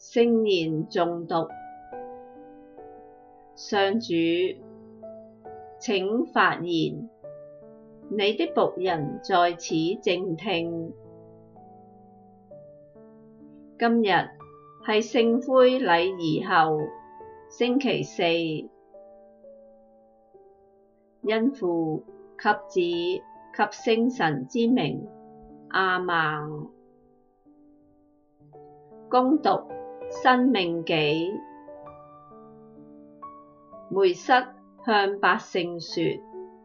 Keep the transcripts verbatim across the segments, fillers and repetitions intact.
聖言誦讀。上主，請發言，你的僕人在此靜聽。今日係聖灰禮儀後星期四，因父及子及聖神之名，阿們。恭讀申命紀。梅瑟向百姓說：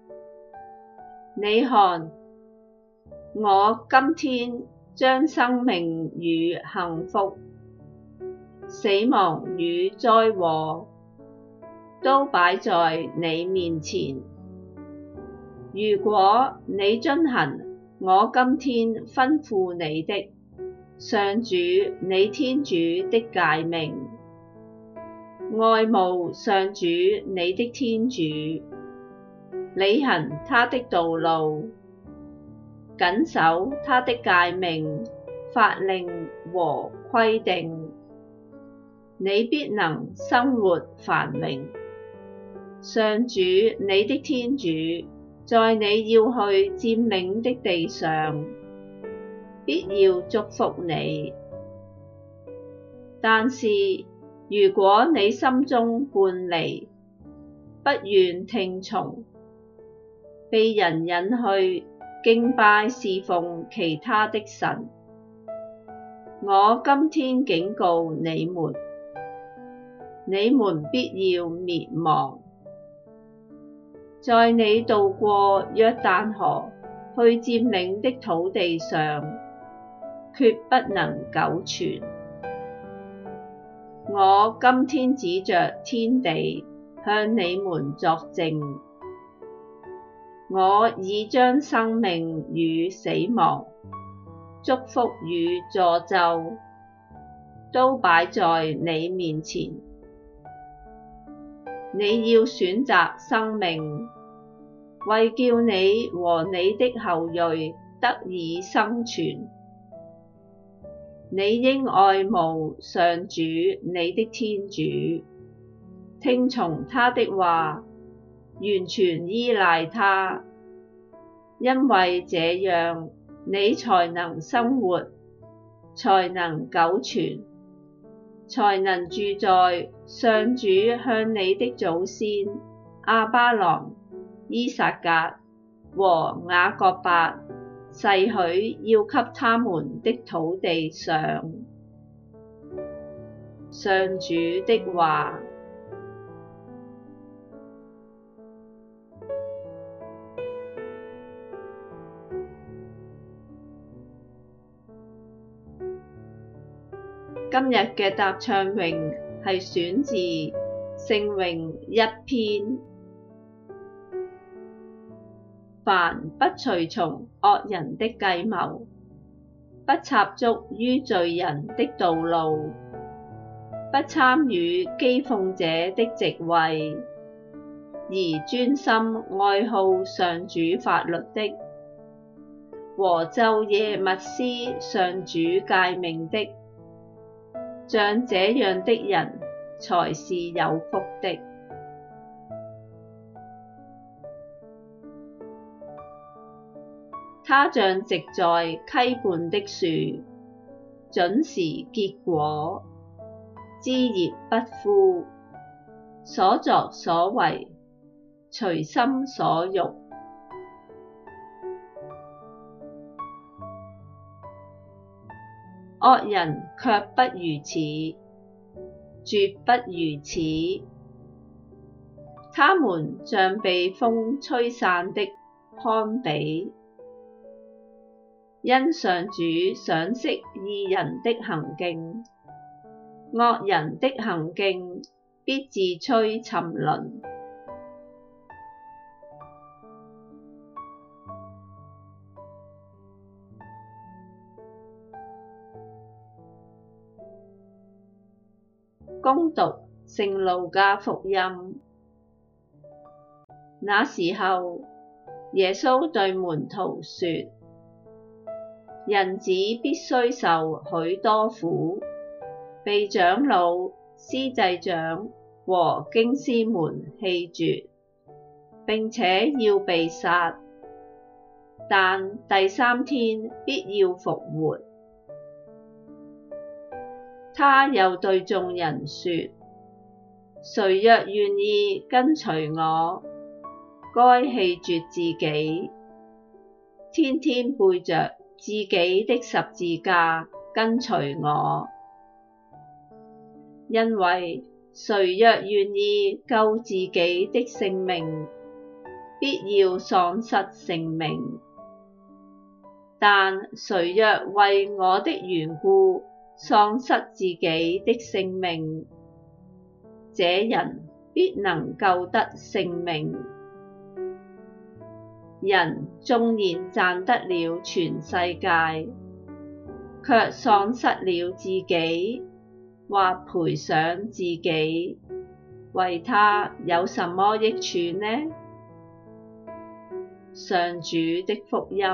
你看，我今天將生命與幸福、死亡與災禍都擺在你面前。如果你遵行我今天吩咐你的上主你天主的誡命，愛慕上主你的天主，履行他的道路，謹守他的誡命、法令和規定，你必能生活繁榮。上主你的天主在你要去佔領的地上，必要祝福你。但是，如果你心中叛離，不願聽從，被人引去敬拜事奉其他的神，我今天警告你們，你們必要滅亡。在你渡過約旦河去佔領的土地上，決不能久存。我今天指着天地向你們作證，我已將生命與死亡、祝福與詛咒都擺在你面前。你要選擇生命，為叫你和你的後裔得以生存。你應愛慕上主你的天主，聽從他的話，完全依賴他，因為這樣你才能生活，才能久存，才能住在上主向你的祖先亞巴郎、依撒格和雅各伯誓許要給他們的土地上。上主的話。今日嘅答唱詠係選自聖詠一篇。凡不隨從惡人的計謀，不插足於罪人的道路，不參與譏諷者的席位，而專心愛好上主法律的，和晝夜默思上主誡命的，像這樣的人才是有福的。他像植在溪畔的樹，準時結果，枝葉不枯，所作所為，隨心所欲。惡人卻不如此，絕不如此。他們像被風吹散的糠秕，因上主賞識義人的行徑，惡人的行徑必自趨沉淪。恭讀聖路加福音。那時候，耶穌對門徒說：人子必須受許多苦， 被長老、司祭長和經師們棄絕，並且要被殺，但第三天必要復活。他又對眾人說：誰若願意跟隨我，該棄絕自己，天天背着自己的十字架跟隨我。因為誰若願意救自己的性命，必要喪失性命。但誰若為我的緣故喪失自己的性命，這人必能救得性命。人縱然賺得了全世界，卻喪失了自己，或賠上自己，為他有什麼益處呢？上主的福音。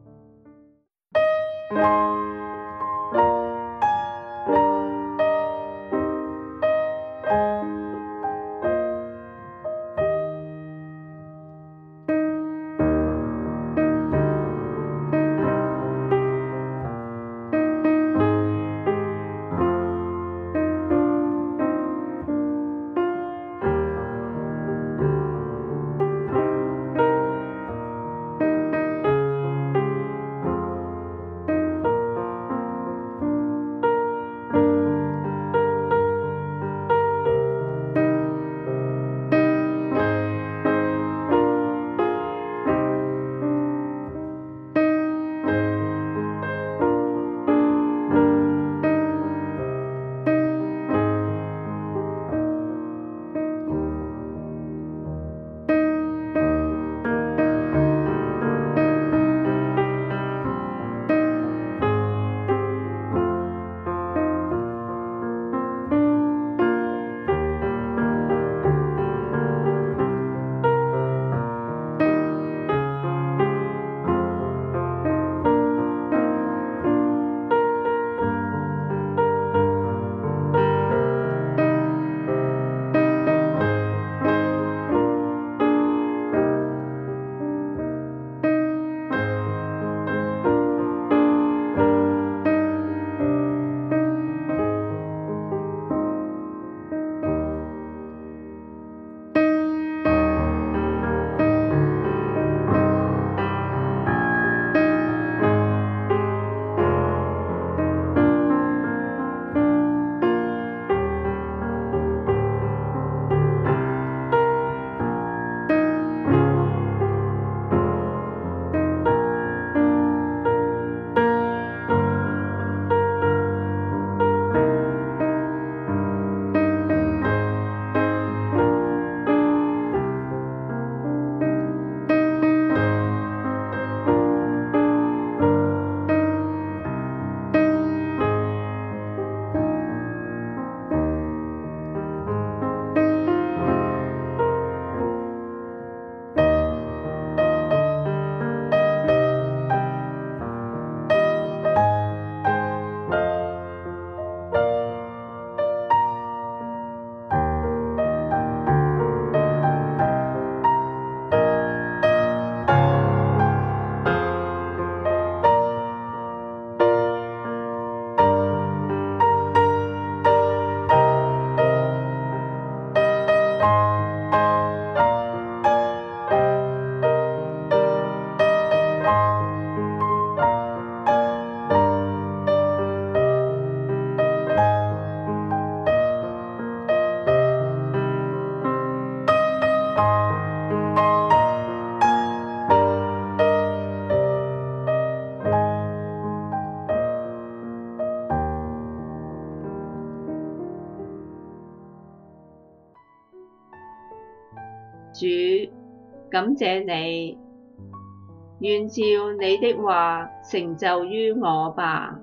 主，感謝你，願照你的話成就於我吧。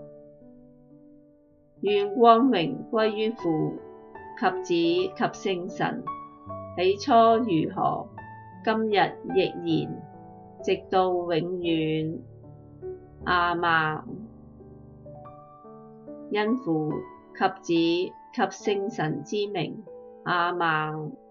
願光榮歸於父及子及聖神，起初如何，今日亦然，直到永遠。阿們。因父及子及聖神之名，阿們。